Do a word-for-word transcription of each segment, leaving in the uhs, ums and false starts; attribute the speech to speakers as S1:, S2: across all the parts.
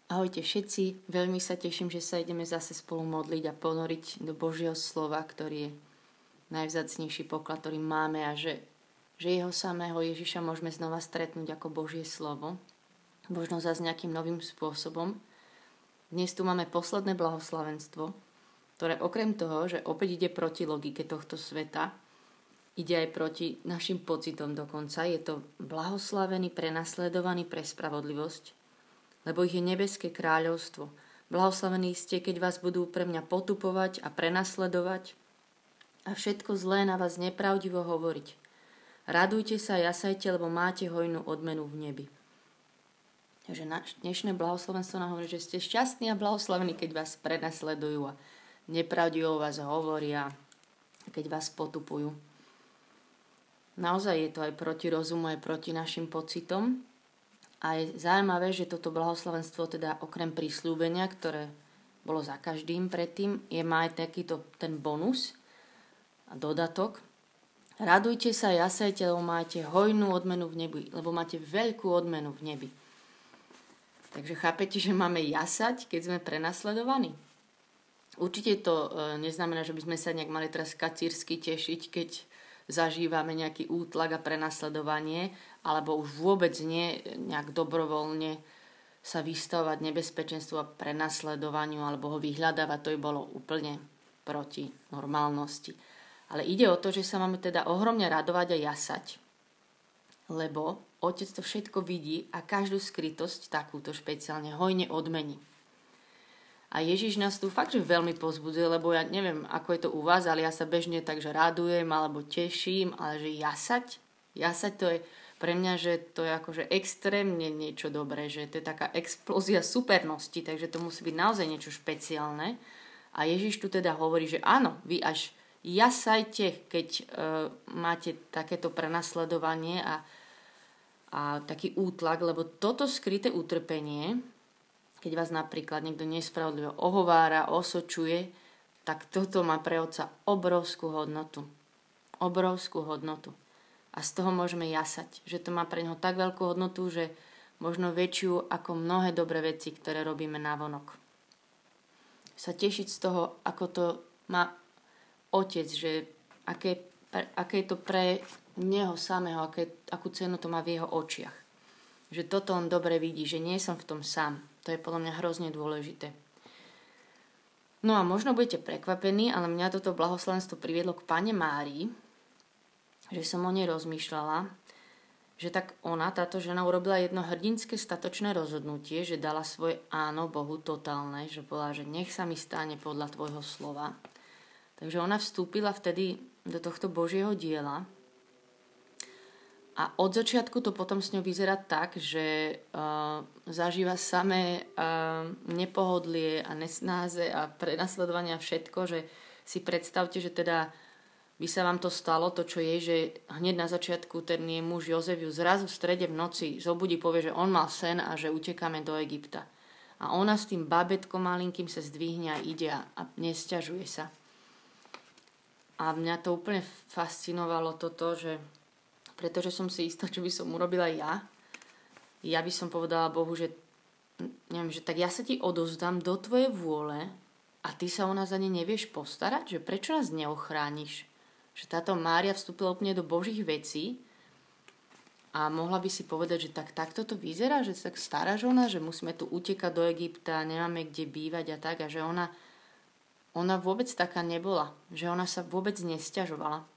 S1: Ahojte všetci, veľmi sa teším, že sa ideme zase spolu modliť a ponoriť do Božieho slova, ktorý je najvzácnejší poklad, ktorý máme a že, že jeho samého Ježiša môžeme znova stretnúť ako Božie slovo, možno zase nejakým novým spôsobom. Dnes tu máme posledné blahoslavenstvo, ktoré okrem toho, že opäť ide proti logike tohto sveta, ide aj proti našim pocitom dokonca. Je to blahoslavený, prenasledovaný pre spravodlivosť, lebo ich je nebeské kráľovstvo. Blahoslavení ste, keď vás budú pre mňa potupovať a prenasledovať a všetko zlé na vás nepravdivo hovoriť. Radujte sa, jasajte, lebo máte hojnú odmenu v nebi. Takže dnešné blahoslavenstvo nám hovorí, že ste šťastní a blahoslavení, keď vás prenasledujú a nepravdivo vás hovoria, keď vás potupujú. Naozaj je to aj proti rozumu, aj proti našim pocitom. A je zaujímavé, že toto blahoslavenstvo, teda okrem prísľúbenia, ktoré bolo za každým predtým, je má aj takýto ten bonus a dodatok. Radujte sa, jasajte, lebo máte hojnú odmenu v nebi, lebo máte veľkú odmenu v nebi. Takže chápete, že máme jasať, keď sme prenasledovaní? Určite to e, neznamená, že by sme sa nejak mali teraz kacírsky tešiť, keď zažívame nejaký útlak a prenasledovanie, alebo už vôbec nie nejak dobrovoľne sa vystavovať nebezpečenstvu a prenasledovaniu alebo ho vyhľadávať, to by bolo úplne proti normálnosti. Ale ide o to, že sa máme teda ohromne radovať a jasať, lebo Otec to všetko vidí a každú skrytosť takúto špeciálne hojne odmení. A Ježiš nás tu fakt, že veľmi povzbudzuje, lebo ja neviem, ako je to u vás, ale ja sa bežne takže radujem alebo teším, ale že jasať, jasať to je pre mňa, že to je akože extrémne niečo dobré, že to je taká explózia supernosti, takže to musí byť naozaj niečo špeciálne. A Ježiš tu teda hovorí, že áno, vy až jasajte, keď e, máte takéto prenasledovanie a, a taký útlak, lebo toto skryté utrpenie, keď vás napríklad niekto nespravodlivo ohovára, osočuje, tak toto má pre Otca obrovskú hodnotu. Obrovskú hodnotu. A z toho môžeme jasať, že to má pre neho tak veľkú hodnotu, že možno väčšiu ako mnohé dobré veci, ktoré robíme navonok. Sa tešiť z toho, ako to má Otec, že aké, aké je to pre neho samého, aké, akú cenu to má v jeho očiach. Že toto on dobre vidí, že nie som v tom sám. To je podľa mňa hrozne dôležité. No a možno budete prekvapení, ale mňa toto blahoslavenstvo priviedlo k Panne Márii, že som o nej rozmýšľala, že tak ona, táto žena, urobila jedno hrdinské statočné rozhodnutie, že dala svoje áno Bohu totálne, že bola, že nech sa mi stane podľa tvojho slova. Takže ona vstúpila vtedy do tohto Božieho diela. A od začiatku to potom s ňou vyzerá tak, že uh, zažíva samé uh, nepohodlie a nesnáze a prenasledovanie a všetko, že si predstavte, že teda by sa vám to stalo, to čo je, že hneď na začiatku ten jej muž Jozef ju zrazu v strede v noci zobudí, povie, že on mal sen a že utekáme do Egypta. A ona s tým babetkom malinkým sa zdvihne a ide a, a nesťažuje sa. A mňa to úplne fascinovalo toto, že pretože som si istá, čo by som urobila ja. Ja by som povedala Bohu, že neviem, že tak ja sa ti odozdám do tvojej vôle a ty sa o nás ani nevieš postarať, že prečo nás neochrániš? Že táto Mária vstúpila úplne do Božích vecí a mohla by si povedať, že tak takto to vyzerá, že sa tak staráš o nás, že musíme tu utekať do Egypta, nemáme kde bývať a tak, a že ona, ona vôbec taká nebola, že ona sa vôbec nesťažovala.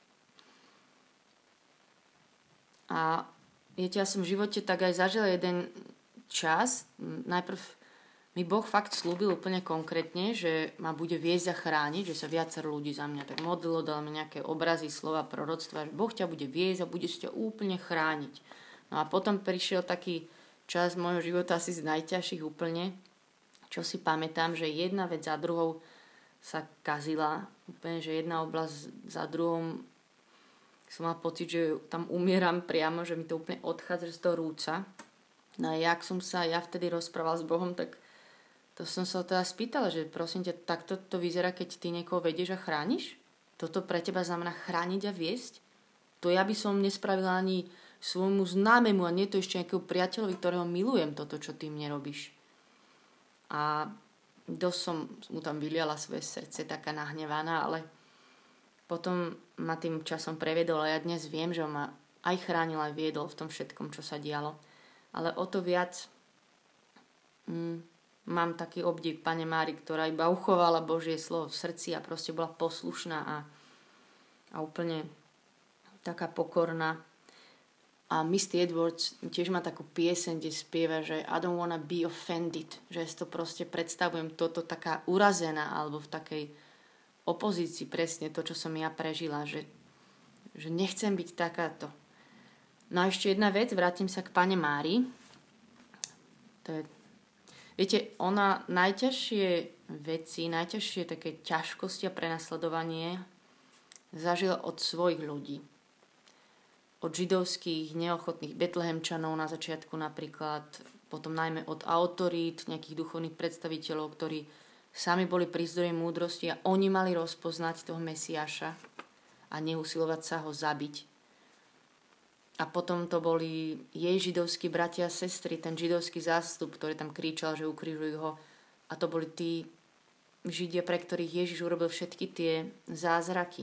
S1: A viete, ja som v živote tak aj zažila jeden čas. Najprv mi Boh fakt slúbil úplne konkrétne, že ma bude viesť a chrániť, že sa viacero ľudí za mňa tak modlilo, dal mi nejaké obrazy, slova, proroctva, že Boh ťa bude viesť a bude ťa úplne chrániť. No a potom prišiel taký čas môjho života asi z najťažších úplne, čo si pamätám, že jedna vec za druhou sa kazila, úplne, že jedna oblasť za druhou som mal pocit, že tam umieram priamo, že mi to úplne odchádza z toho rúca. No a jak som sa ja vtedy rozprával s Bohom, tak to som sa teda spýtala, že prosím ťa, takto to vyzerá, keď ty niekoho vedieš a chrániš? Toto pre teba znamená chrániť a viesť? To ja by som nespravila ani svojmu známemu a nie to ešte nejakého priateľovi, ktorého milujem, toto, čo ty mne robíš. a dosť som mu tam vyliala svoje srdce, taká nahnevaná, ale potom ma tým časom previedol a ja dnes viem, že on ma aj chránil, aj viedol v tom všetkom, čo sa dialo. Ale o to viac mm, mám taký obdiv Pane Mári, ktorá iba uchovala Božie slovo v srdci a proste bola poslušná a, a úplne taká pokorná. A Misty Edwards tiež má takú pieseň, kde spieva, že I don't wanna be offended, že si to proste predstavujem toto taká urazená alebo v takej opozícii presne to, čo som ja prežila, že, že nechcem byť takáto. No a ešte jedna vec, vrátim sa k Pane Mári. To je, viete, ona najťažšie veci, najťažšie také ťažkosti a prenasledovanie zažila od svojich ľudí. Od židovských neochotných Betlehemčanov na začiatku napríklad, potom najmä od autorít, nejakých duchovných predstaviteľov, ktorí sami boli pri zdroji múdrosti a oni mali rozpoznať toho Mesiáša a neusilovať sa ho zabiť. A potom to boli jej židovskí bratia a sestry, ten židovský zástup, ktorý tam kričal, že ukrižujú ho. A to boli tí Židia, pre ktorých Ježiš urobil všetky tie zázraky.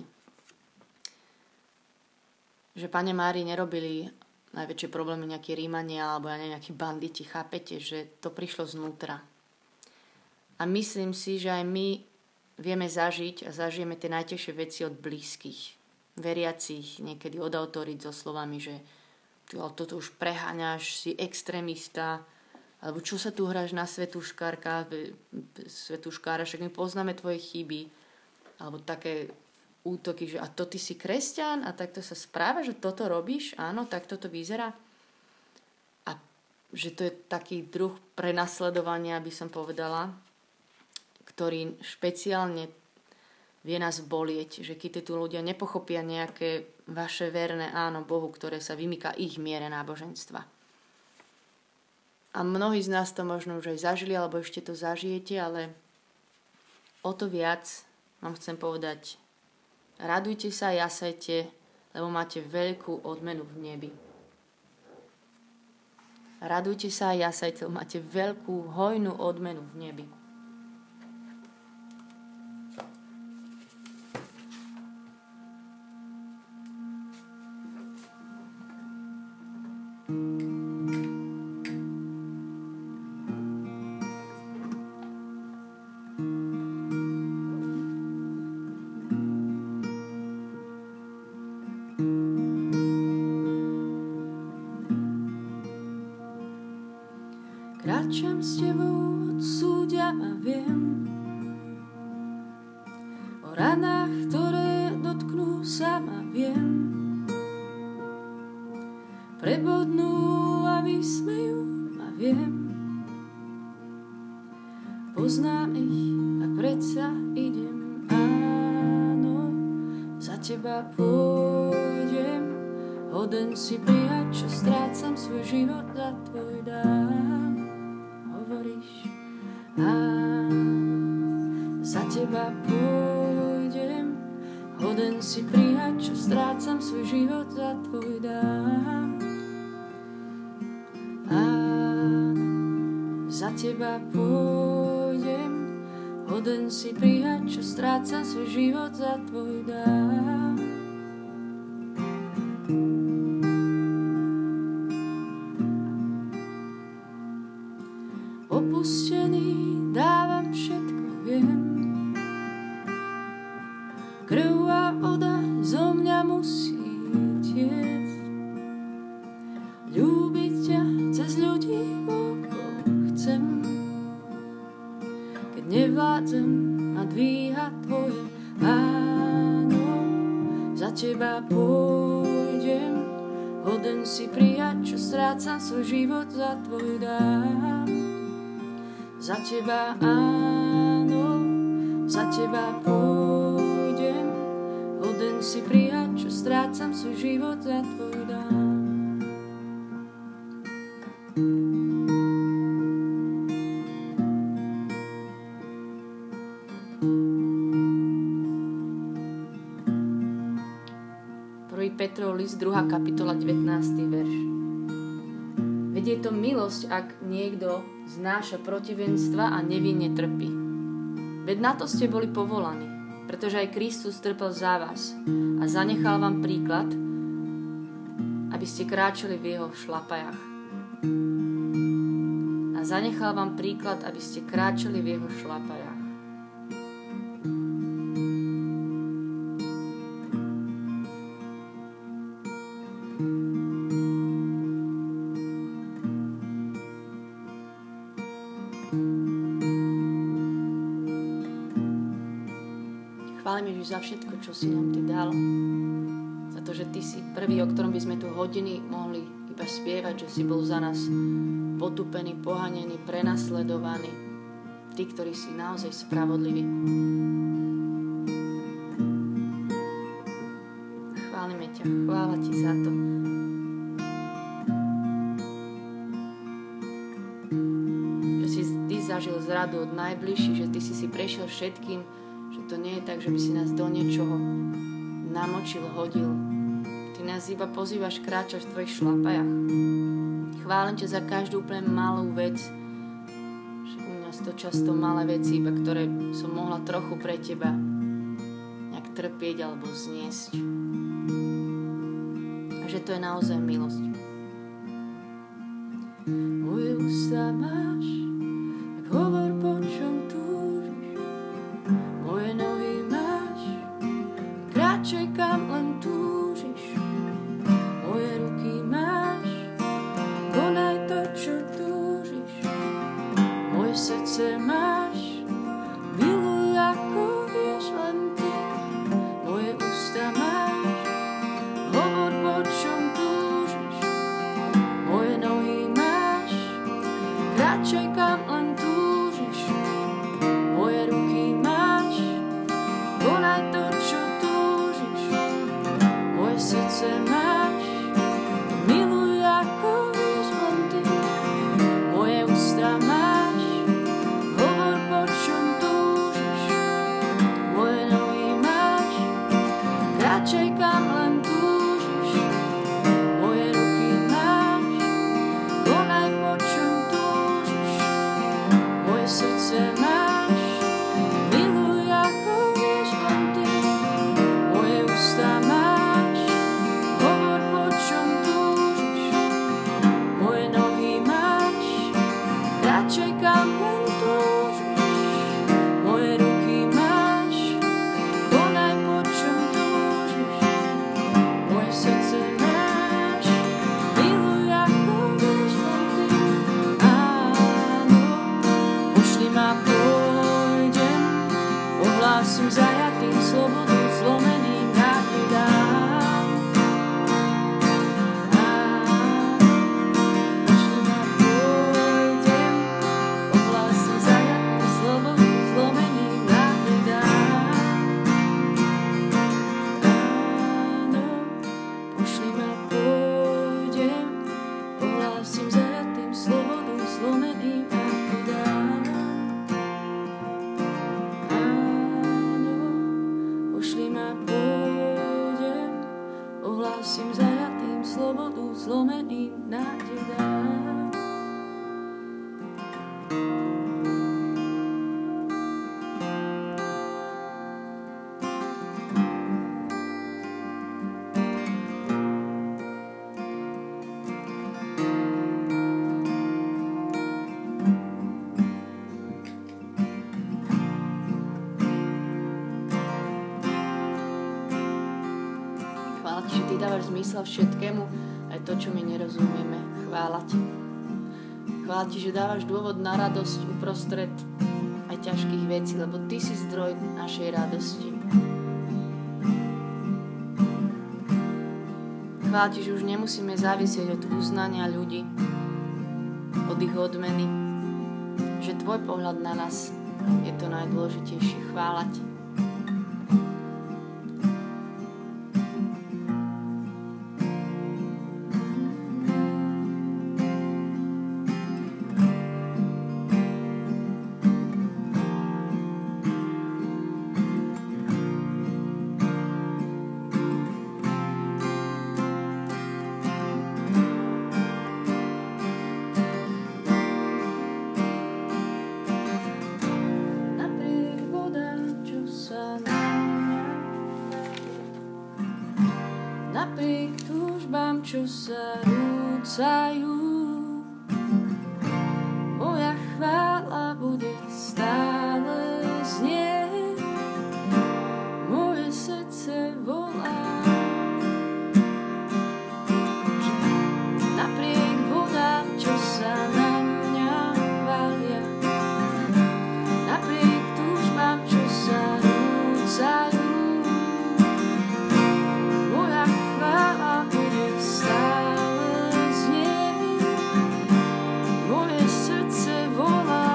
S1: Že Pane Mári nerobili najväčšie problémy nejakí Rímania alebo ja neviem, nejakí banditi, chápete, že to prišlo znútra. A myslím si, že aj my vieme zažiť a zažijeme tie najťažšie veci od blízkych, veriacich, niekedy od autorít so slovami, že toto už preháňaš, si extrémista, alebo čo sa tu hráš na svetúškárka, svetúškára, však my poznáme tvoje chyby, alebo také útoky, že a to ty si kresťan a takto sa správa, že toto robíš, áno, tak toto vyzerá. A že to je taký druh prenasledovania, by som povedala, ktorý špeciálne vie nás bolieť, že keď tu ľudia nepochopia nejaké vaše verné áno Bohu, ktoré sa vymýka ich miere náboženstva. A mnohí z nás to možno už aj zažili, alebo ešte to zažijete, ale o to viac vám chcem povedať, radujte sa, jasajte, lebo máte veľkú odmenu v nebi. Radujte sa a jasajte, lebo máte veľkú hojnú odmenu v nebi.
S2: Kráčam s tebou, odsúdia ma viem, o ranách, ktoré dotknú sa ma viem, prebodnú a vysmejú ma viem, poznám ich a predsa idem, áno, za teba pôjdem, hoden si prijať, čo strácam svoj život za tvoj dám. A za teba pôjdem, hoden si prijať, čo strácam svoj život za tvoj dám. A za teba pôjdem, hoden si prijať, čo strácam svoj život za tvoj dám. Opustený dávam všetko, viem. Krv a voda zo mňa musí tiecť. Ľúbiť ťa cez ľudí okolo chcem. Keď nevládzem a dvíha tvoje áno, za teba pôjdem, hoden si prijať, čo strácam svoj život za tvoj dám. Za teba áno, za teba pôjdem, hoden si prijať, čo strácam svoj život za tvoj dám.
S1: prvý. Petrov list, druhá kapitola, devätnásty verš. Veď je to milosť, ak niekto znáša protivenstva a nevinne trpí. Veď na to ste boli povolaní, pretože aj Kristus trpel za vás a zanechal vám príklad, aby ste kráčali v jeho šlapajách. A zanechal vám príklad, aby ste kráčali v jeho šlapajách. Chválime Ježiš za všetko, čo si nám Ty dal. Za to, že Ty si prvý, o ktorom by sme tu hodiny mohli iba spievať, že si bol za nás potúpený, pohanený, prenasledovaný. Ty, ktorý si naozaj spravodlivý. Chválime ťa, chvála Ti za to. Že si Ty zažil zradu od najbližších, že Ty si si prešiel všetkým. To nie je tak, že by si nás do niečoho namočil, hodil. Ty nás iba pozývaš kráčať v Tvojich šlapajach. Chválim ťa za každú úplne malú vec. Že u nás to často malé veci, iba ktoré som mohla trochu pre Teba nejak trpieť alebo zniesť. A že to je naozaj milosť.
S2: Moje ústa máš, tak hovor, po čom túžiš. Moje nohy máš, kráčaj kam len túžiš. Moje ruky máš, konaj to, čo túžiš. Moje srdce máš, miluj ako vieš len Ty. Moje ústa máš, hovor, po čom túžiš. Moje nohy máš, kráčaj kam len túžiš. Moje ruky máš, konaj to, čo túžiš. Moje srdce máš, miluj ako vieš len Ty. Moje ústa máš, hovor, po čom túžiš. Moje nohy máš, kráčaj kam len túžiš. Moje ruky máš, konaj po čom túžiš. Moje srdce máš, miluj ako vieš len Ty. Moje ústa máš, hovor, po čom túžiš. Moje nohy máš, kráčaj kam len túžiš. Moje ruky máš, konaj po čom túžiš. Moje srdce máš, miluj ako vieš len Ty. Áno, pošli ma, pôjdem, ohlásim zajatým slobodu, zlomeným nádej dám. Áno, pošli ma, pôjdem, ohlásim zajatým slobodu, zlomeným nádej dám. Áno, pošli ma, pôjdem, ohlásim zajatým slobodu, zlomeným nádej dám. Áno, pošli ma, pôjdem, ohlásim zajatým slobodu, zlomeným nádej dám.
S1: Chvála Ti, že Ty dávaš zmysel všetkému, aj to, čo my nerozumieme. Chvála Ti. Chvála Ti, že dávaš dôvod na radosť uprostred aj ťažkých vecí, lebo Ty si zdroj našej radosti. Chvála Ti, že už nemusíme závisieť od uznania ľudí, od ich odmeny, že Tvoj pohľad na nás je to najdôležitejšie. Chvála Ti.
S2: sa rúcajú. Moja chvála bude stále znieť, moje srdce volá. Napriek vodám, čo sa na mňa valia, napriek túžbám, čo sa rúcajú, moja chvála bude stále znieť, moje srdce volá.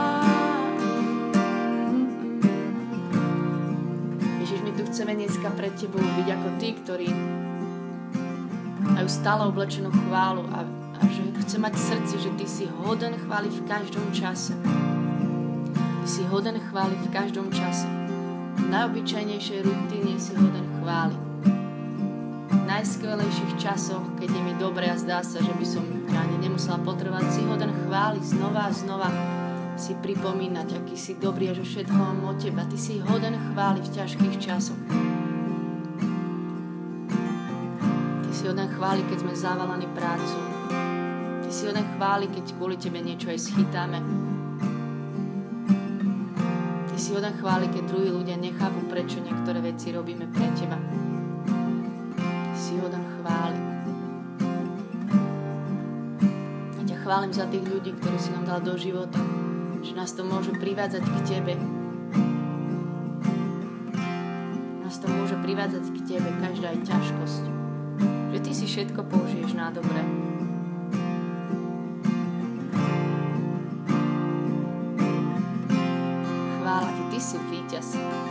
S2: Ježiš, my tu chceme dneska pred Tebou byť ako tí, ktorí majú stále oblečenú chválu a, a že chce mať v srdci, že Ty si hoden chvály v každom čase. Ty si hoden chvály v každom čase. V najobyčajnejšej rutíne si hoden chvály. V najskvelejších časoch, keď je mi dobre a zdá sa, že by som ani nemusela potrebovať, si hoden chvály znova a znova si pripomínať, aký si dobrý a že všetko mám od Teba. Ty si hoden chvály v ťažkých časoch. Ty si hoden chvály, keď sme zavalaní prácou. Ty si hoden chvály, keď kvôli Tebe niečo aj schytáme. Ty si hoden chvály, keď druhí ľudia nechápu, prečo niektoré veci robíme pre Teba. Ty si hoden chvály. Ja ťa chválim za tých ľudí, ktorí si nám dal do života, že nás to môže privádzať k Tebe. Nás to môže privádzať k Tebe, každá aj ťažkosť. Že Ty si všetko použiješ na dobre. Chvála Ti, Ty si víťaz.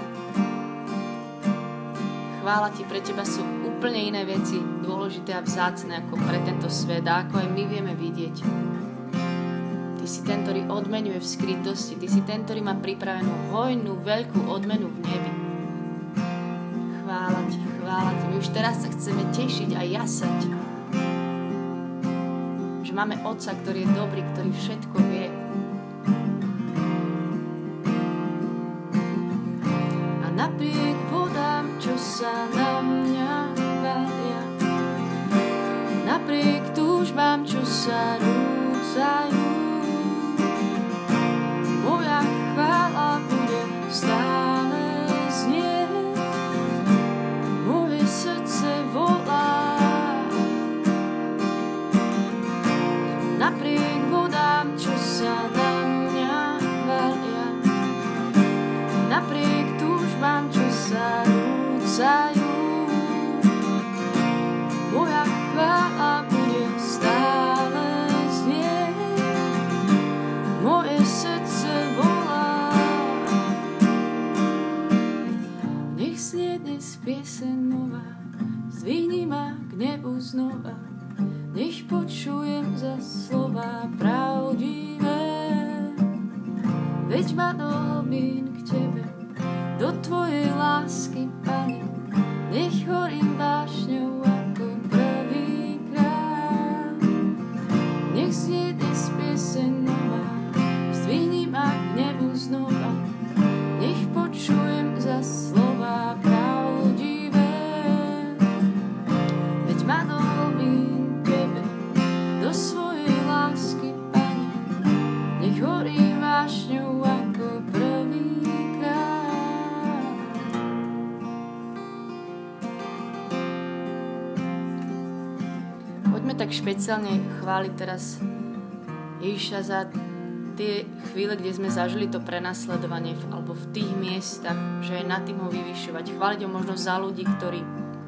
S2: Chvála Ti, pre Teba sú úplne iné veci dôležité a vzácne ako pre tento svet a ako aj my vieme vidieť. Ty si ten, ktorý odmenuje v skrytosti. Ty si ten, ktorý má pripravenú hojnú, veľkú odmenu v nebi. Chvála Ti, chvála Ti. My už teraz sa chceme tešiť a jasať. Že máme Otca, ktorý je dobrý, ktorý všetko vie. A napriek vodám, čo sa na mňa valia, napriek túžbám, čo sa rúcajú, moja chvála bude stále znieť, moje srdce volá. Napriek vodám, čo sa na mňa valia, napriek túžbám, čo sa rúcajú, moja chvála bude stále znieť, moje srdce volá. Nech znie dnes pieseň nová, zdvihni ma k nebu znova, nech počujem za slova pravdivé. Veď ma do hlbín k Tebe, do Tvojej lásky, Pane, nech horím vášňou ako prvýkrát. Nech znie dnes pieseň nová, zdvihni ma k nebu znova, nech počujem za slova pravdivé. Veď ma do hlbín k Tebe, do svojej lásky, Pane, nech horí vášňou ako prvýkrát. Poďme tak špeciálne chváliť teraz Ježiša za tie chvíle, kde sme zažili to prenasledovanie alebo v tých miestach, že aj nad tým ho vyvyšovať. Chváliť ho možno za ľudí, ktorí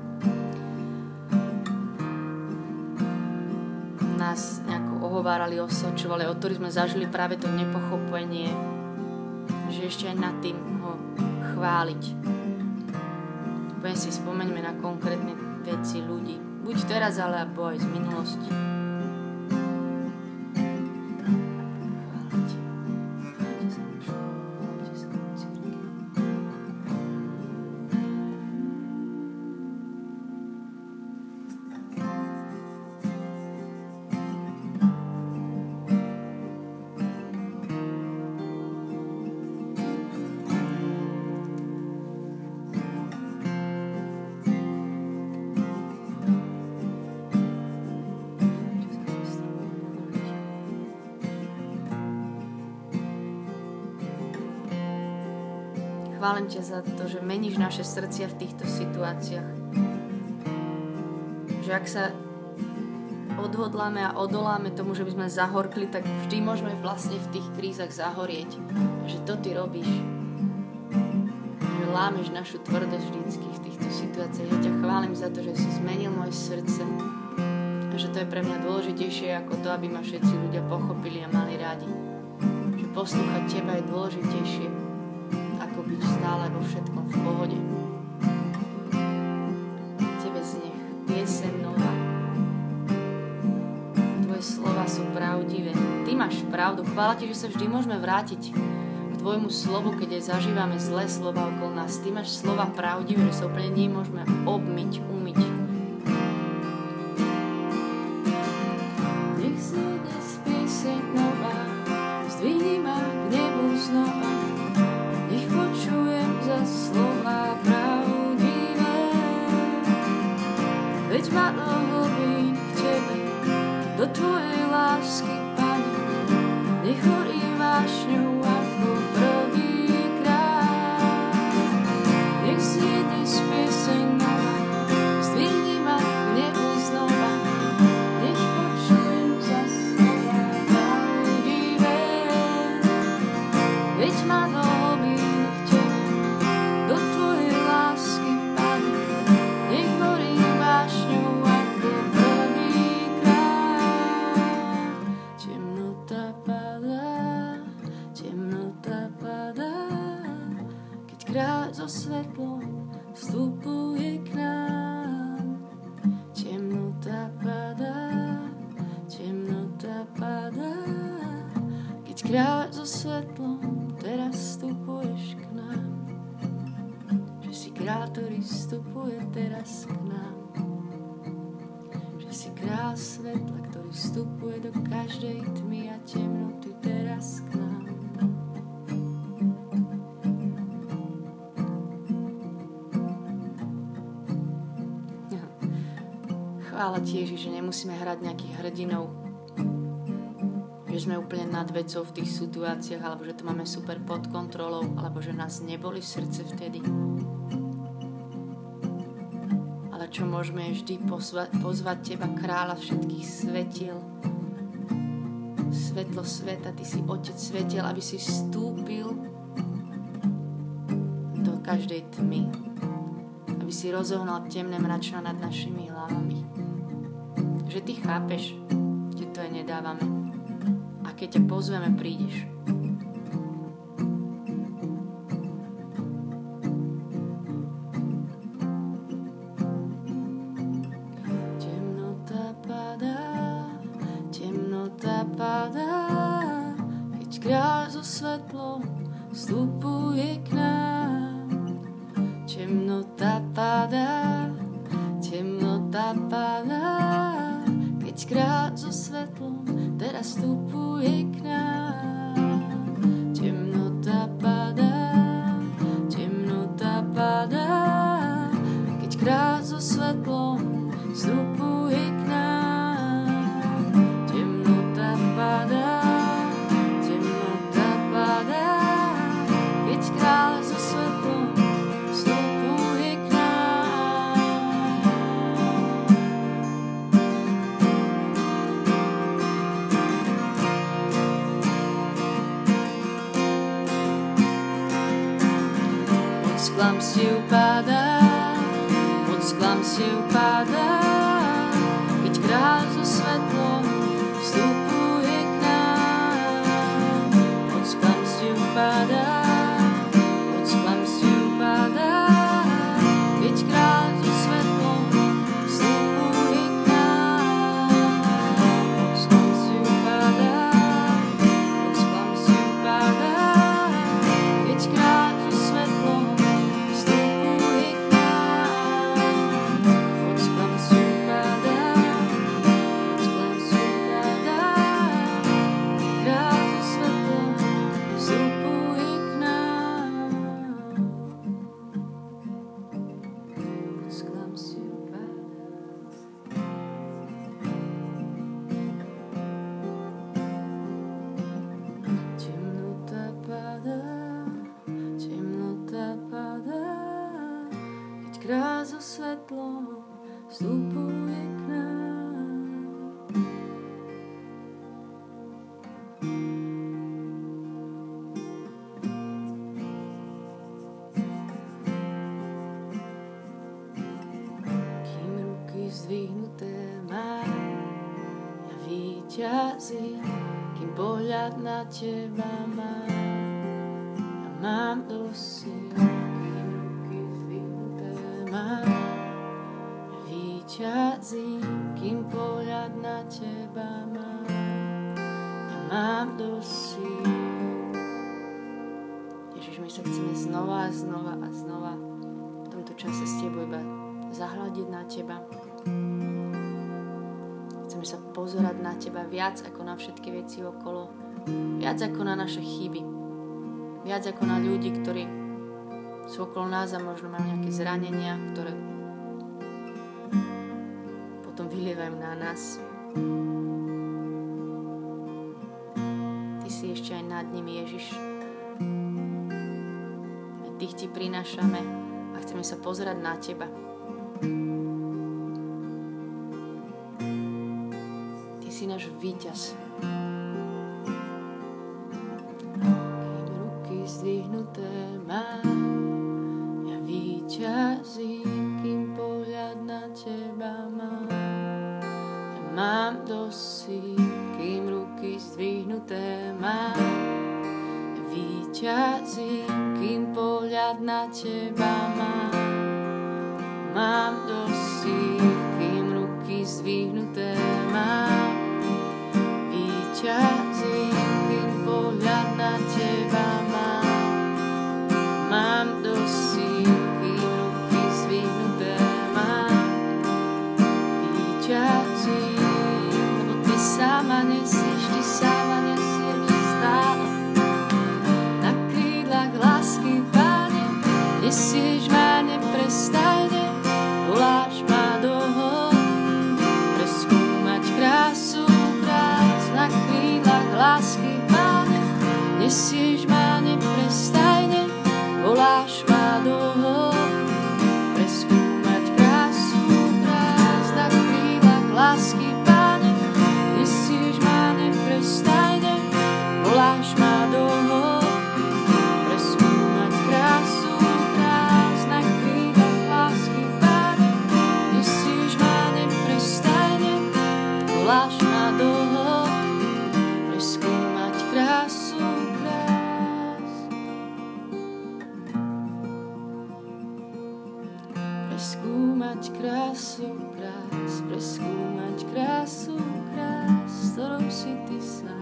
S2: nás nejako ohovárali, osočovali, o ktorých sme zažili práve to nepochopenie, že ešte aj nad tým ho chváliť. Poviem si, spomeňme na konkrétne veci ľudí. Buď teraz, alebo aj z minulosti.
S1: chválim ťa za to, že meníš naše srdcia v týchto situáciách. Že ak sa odhodláme a odoláme tomu, že by sme zahorkli, tak vždy môžeme vlastne v tých krízach zahorieť. Že to ty robíš. Že lámeš našu tvrdosť vždycky v týchto situáciách. Ja ťa chválim za to, že si zmenil moje srdce. A že to je pre mňa dôležitejšie ako to, aby ma všetci ľudia pochopili a mali rádi. Že poslúchať teba je dôležitejšie ako byť stále vo všetkom v pohode. Tebe znech pieseň nová. Slova sú pravdivé. Ty máš pravdu. Chvála ti, že sa vždy môžeme vrátiť k tvojmu slovu, keď aj zažívame zlé slova okolo nás. Ty máš slova pravdivé, že sa úplne nemôžeme obmyť, umyť.
S2: Nech si dnes pieseň nová, zdvihni ma k nebu znova. Nech počujem za slova pravdivé. Veď ma do hlbín k tebe, do tvojej lásky, Pane, nech horím vášňou ako prvýkrát. Nech si dnes pieseň nová, zdvihni ma k nebu znova. Nech počujem za slova pravdivé. Veď ma do hlbín k tebe, do tvojej lásky, Pane, nech horím vášňou ako kráľ so svetlom vstupuje k nám. Temnota padá, temnota padá, keď kráľ so svetlom teraz vstupuješ k nám. Že si kráľ, ktorý vstupuje teraz k nám. Že si kráľ svetla, ktorý vstupuje do každej tmy a temnoty teraz k nám.
S1: Chvála ti, Ježiš, že nemusíme hrať nejakých hrdinov, že sme úplne nad vecou v tých situáciách, alebo že to máme super pod kontrolou, alebo že nás neboli v srdce vtedy. Ale čo môžeme vždy pozvať, pozvať teba, kráľa všetkých svetiel, svetlo sveta, ty si otec svetiel, aby si vstúpil do každej tmy, aby si rozohnal temné mračná nad našimi hlavami. Že ty chápeš, že to aj nedávame. A keď ťa pozveme, prídeš.
S2: Temnota padá, temnota padá, keď kráľ so svetlom vstupuje k nám. Temnota padá, temnota padá, keď kráľ so svetlom teraz vstupuje k nám. Temnota padá, temnota padá, keď kráľ so svetlom vstupuje k nám. Temnota padá, temnota padá, keď kráľ so svetlom vstupuje k nám. Moc klamstiev padá, moc klamstiev padá, keď kráľ so svetlom vstupuje k nám. Moc klamstiev padá, moc klamstiev padá, keď kráľ so svetlom vstupuje k nám. Moc klamstiev padá, moc klamstiev padá, keď kráľ so svetlom vstupuje k nám. Moc klamstiev padá, moc klamstiev padá, kráľ so svetlom vstupuje k nám. svetlo vstupuje k nám. Kým ruky zdvihnuté mám, ja víťazím, kým pohľad na teba mám, ja mám dosť síl. Kým ruky zdvihnuté mám, ja víťazím, kým pohľad na teba mám, ja mám dosť síl. Ježiš, my sa chceme znova a znova a znova v tomto čase s tebou iba zahľadiť na teba. Chceme sa pozerať na teba viac ako na všetky veci okolo, viac ako na naše chyby, viac ako na ľudí, ktorí sú okolo nás a možno majú nejaké zranenia, ktoré potom vylievajú na nás. Ty si ešte aj nad nimi, Ježiš. A tých ti prinášame a chceme sa pozerať na teba. Ty si náš víťaz. Kým ruky zdvihnuté mám, ja víťazím, kým pohľad na teba mám. Ja mám dosť síl, kým ruky zdvihnuté mám. Ja víťazím, kým pohľad na teba mám. Mám dosť síl, kým ruky zdvihnuté mám. Víťazím, kým pohľad na teba mám. Mám dosť síl, kým ruky zdvihnuté mám. Víťazím, lebo ty sama nesieš, ty sama nesieš stále. Na krídlach lásky, Pane, nesieš ma neprestajne. Voláš ma do hĺb, preskúmať krásu krás. Na krídlach lásky, Pane, nesieš ma neprestajne. Voláš ma do hĺb, preskúmať krásu krás. Na krídlach lásky, Pane, nesieš ma neprestajne. Voláš ma do hĺb, preskúmať krásu krás. Na krídlach lásky, Pane, nesieš ma neprestajne. Voláš ma do hĺb, preskúmať krásu krás. Preskúmať krásu krás, preskúmať krásu krás, ktorou si ty sám.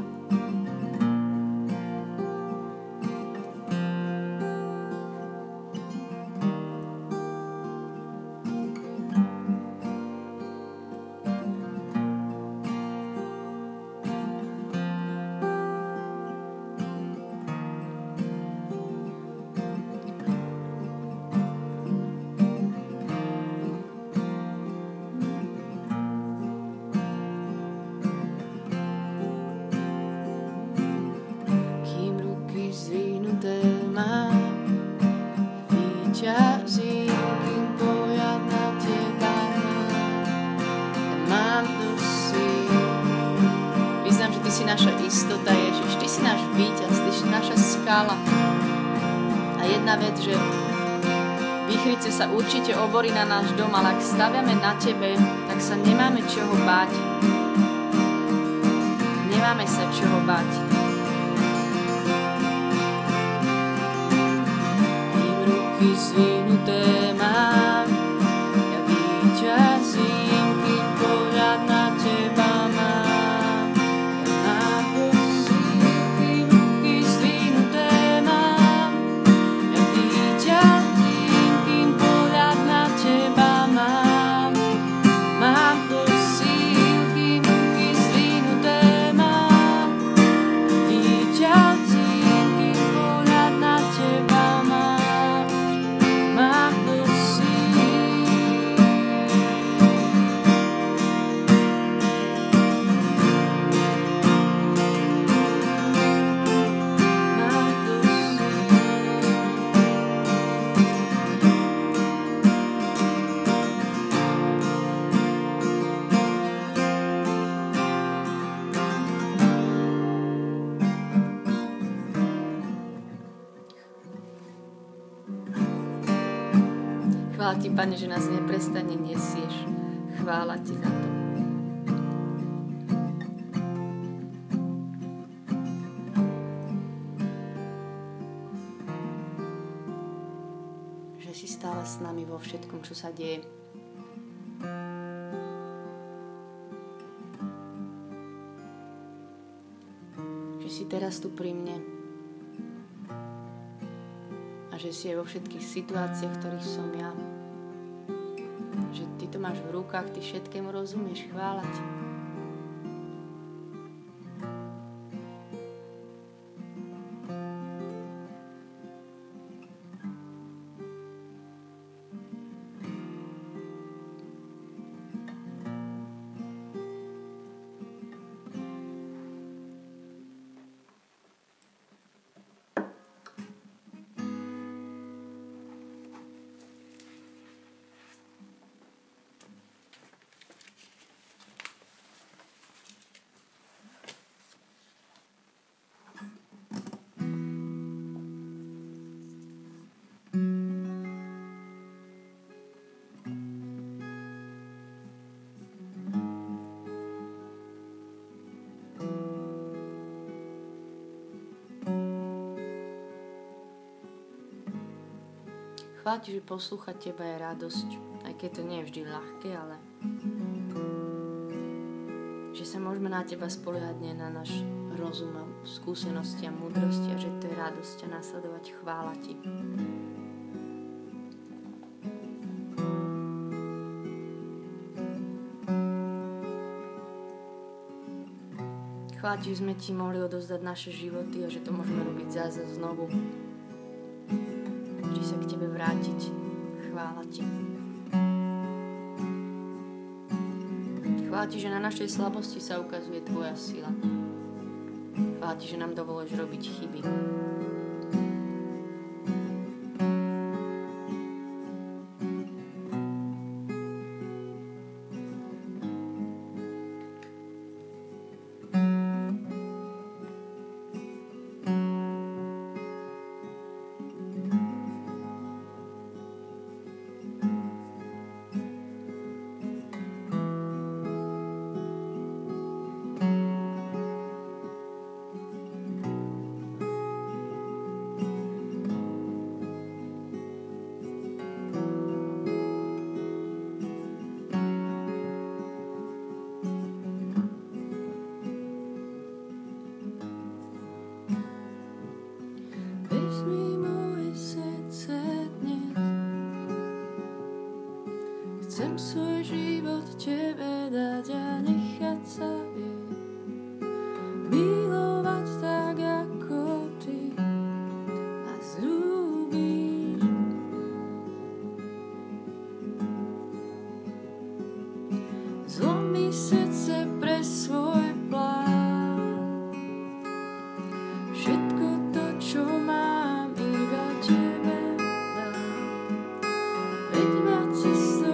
S2: Naša istota, Ježiš, ty si náš víťaz, ty si naša skála. A jedna vec, že výchrice sa určite oborí na náš dom, ale ak staviame na tebe, tak sa nemáme čoho báť. Nemáme sa čoho báť. Kým ruky zvihnuté mám, ja víťazím, kým pohľad na teba mám.
S1: Chvála ti, Pane, že nás neprestane nesieš. Chvála ti za to. Že si stále s nami vo všetkom, čo sa deje. Že si teraz tu pri mne. A že si aj vo všetkých situáciách, v ktorých som ja. Že ty to máš v rukách, ty všetkému rozumieš. Chvála ti. Chvála ti, že poslúchať teba je radosť, aj keď to nie je vždy ľahké, ale že sa môžeme na teba spoliehať, nie na náš rozum a skúsenosti a múdrosti, a že to je radosť ťa nasledovať. Chvála ti. Chvála ti, že sme ti mohli odovzdať naše životy a že to môžeme robiť zás a znovu. Že sa k tebe vrátiť. Chvála ti. Chvála ti, že na našej slabosti sa ukazuje tvoja sila. Chvála ti, že nám dovolíš robiť chyby. Chcem svoj život tebe dať a nechať sa viesť, milovať tak, ako ty ma zľúbíš. Zlomí srdce pre svoj plán, všetko to, čo mám, iba tebe dám. Veď ma cestou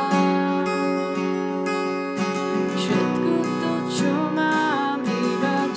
S1: všetko to, čo mám, iba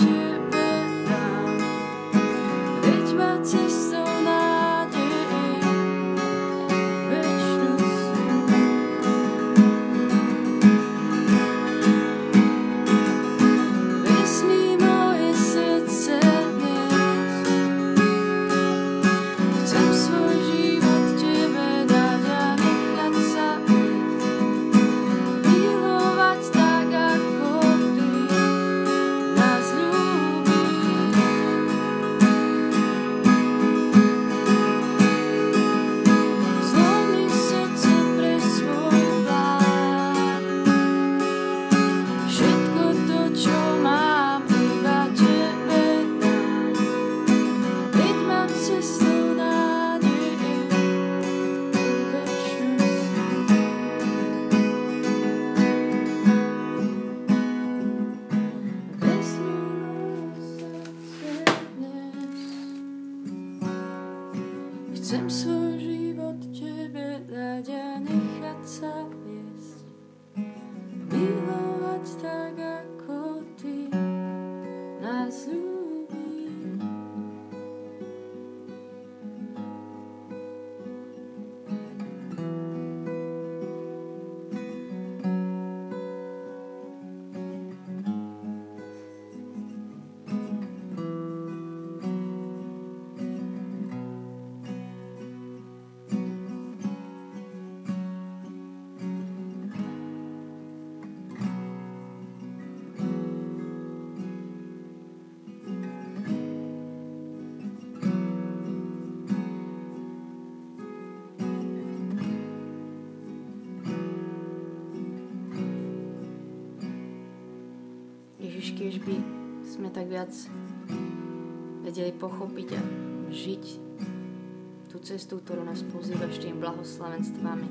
S1: Ježiš, keď by sme tak viac vedeli pochopiť a žiť tú cestu, ktorú nás pozývaš tým blahoslavenstvami.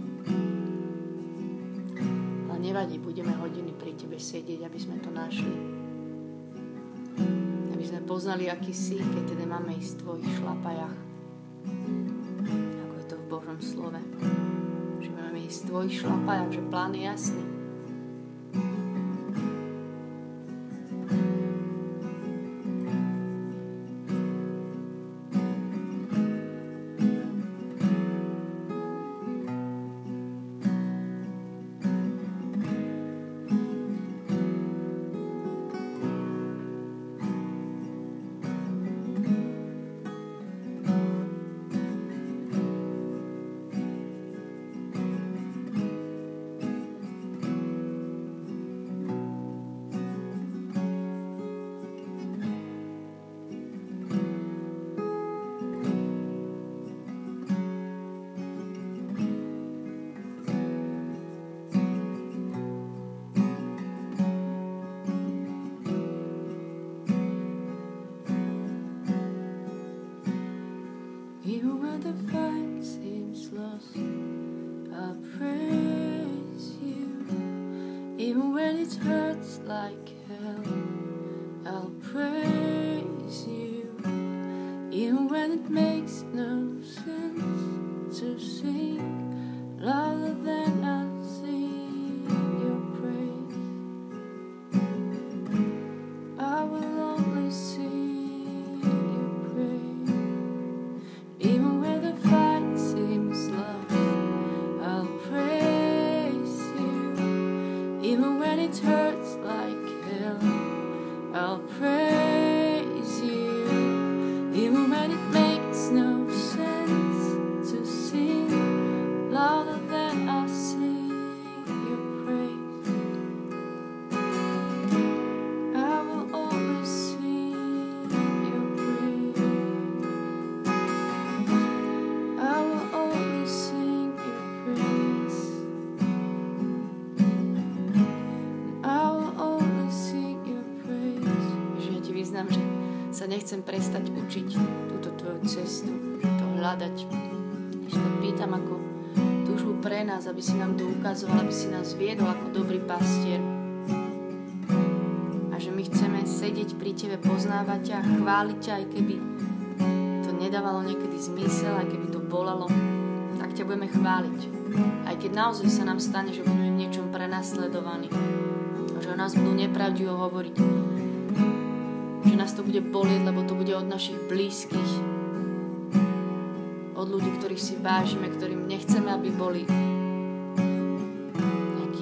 S1: Ale nevadí, budeme hodiny pri tebe sedieť, aby sme to našli. Aby sme poznali, aký si, keď teda máme ísť v tvojich šlapajach. Ako je to v Božom slove. Že máme ísť v tvojich šlapajach, že plán je jasný.
S2: Even when the fight seems lost, I'll praise you. Even when it hurts like hell, I'll praise you. Even when it makes no sense to sing louder than I sing your praise, I will only sing. It hurts like hell, I'll praise you. Even when it makes no sense to sing louder than I sing your praise, I will always sing your praise. I will always sing your praise.
S1: Vyznám, že sa nechcem prestať učiť túto tvoju cestu, to hľadať. Že to pýtam ako túžbu pre nás, aby si nám to ukazoval, aby si nás viedol ako dobrý pastier. A že my chceme sedieť pri tebe, poznávať ťa, chváliť ťa, aj keby to nedávalo niekedy zmysel, aj keby to bolelo, tak ťa budeme chváliť. Aj keď naozaj sa nám stane, že budeme v niečom prenasledovaní, že o nás budú nepravdivo hovoriť, že nás to bude bolieť, lebo to bude od našich blízkych, od ľudí, ktorých si vážime, ktorým nechceme, aby boli nejakí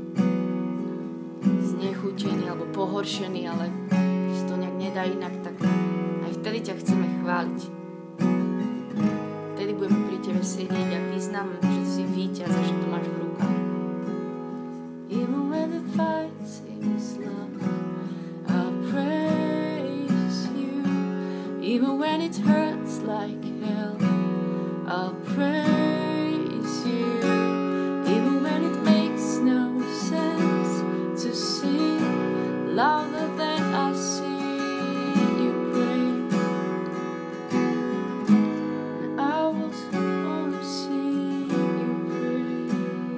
S1: znechutení alebo pohoršení, ale že to nejak nedá inak, tak aj vtedy ťa chceme chváliť. Vtedy budeme pri tebe sedieť a vyznám, že si víťaz a že to máš v rukách.
S2: Even when the fight seems lost, I'll praise you. Even when it hurts like hell, I'll praise you. Even when it makes no sense to sing louder than I sing your praise, I will always sing your praise.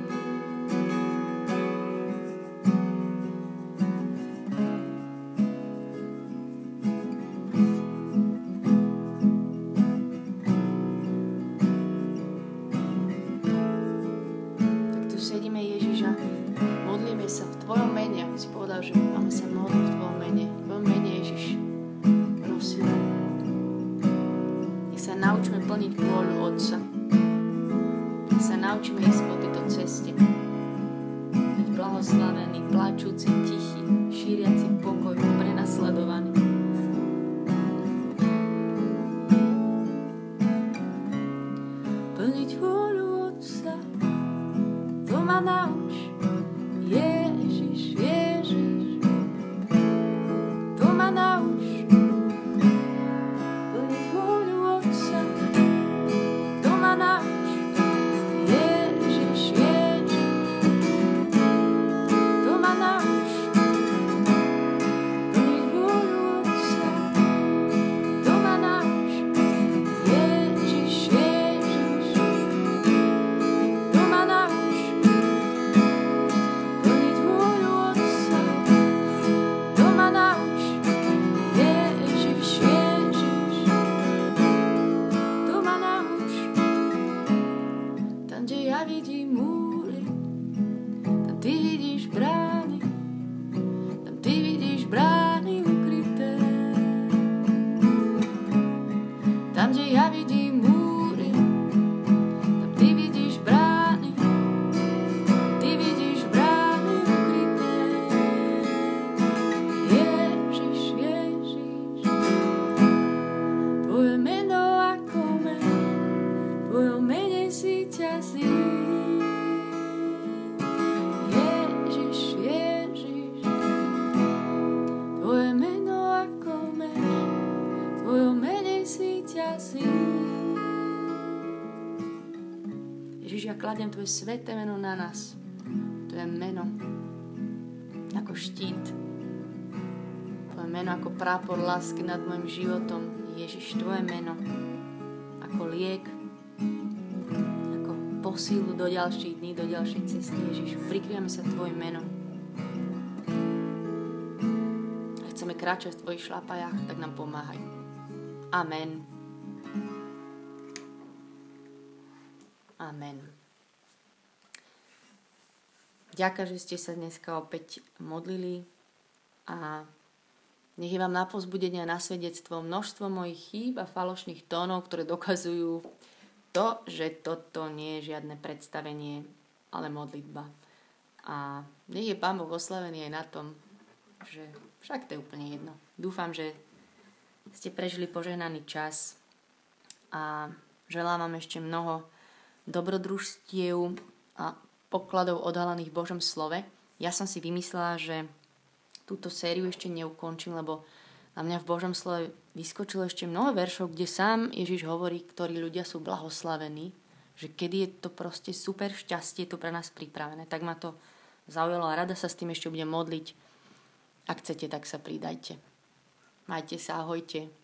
S1: Sedíme Ježiša, modlíme sa v tvojom mene, ako si povedal, že máme sa modliť v tvojom mene. V tvojom mene, Ježiš, prosím. Nech sa naučíme plniť vôľu Otca. Nech sa naučíme ísť po tejto ceste. Byť blahoslavený, plačúci, tichý, šíriaci pokoj, prenasledovaný.
S2: Plniť vôľu Otca, to ma nauč, Ježiš, Ježiš, to ma nauč. Plniť vôľu Otca, to ma nauč, Ježiš, Ježiš, to ma nauč.
S1: ja kladiem Tvoje sväté meno na nás. Tvoje meno ako štít. Tvoje meno ako prápor lásky nad môjim životom. Ježiš, Tvoje meno ako liek, ako posílu do ďalších dní, do ďalšej cesty. Ježiš, prikryjame sa Tvojim menom. A chceme kráčať v Tvojich šľapajách, tak nám pomáhaj. Amen. Amen. Ďakujem, že ste sa dneska opäť modlili a nech je vám na povzbudenie a na svedectvo množstvo mojich chýb a falošných tónov, ktoré dokazujú to, že toto nie je žiadne predstavenie, ale modlitba. A nech je Pán Boh oslavený aj na tom, že však to je úplne jedno. Dúfam, že ste prežili požehnaný čas a želám vám ešte mnoho dobrodružstiev a pokladov odhalených v Božom slove. Ja som si vymyslela, že túto sériu ešte neukončím, lebo na mňa v Božom slove vyskočilo ešte mnoho veršov, kde sám Ježiš hovorí, ktorí ľudia sú blahoslavení, že kedy je to proste super šťastie tu pre nás pripravené. Tak ma to zaujalo a rada sa s tým ešte budem modliť. Ak chcete, tak sa pridajte. Majte sa, ahojte.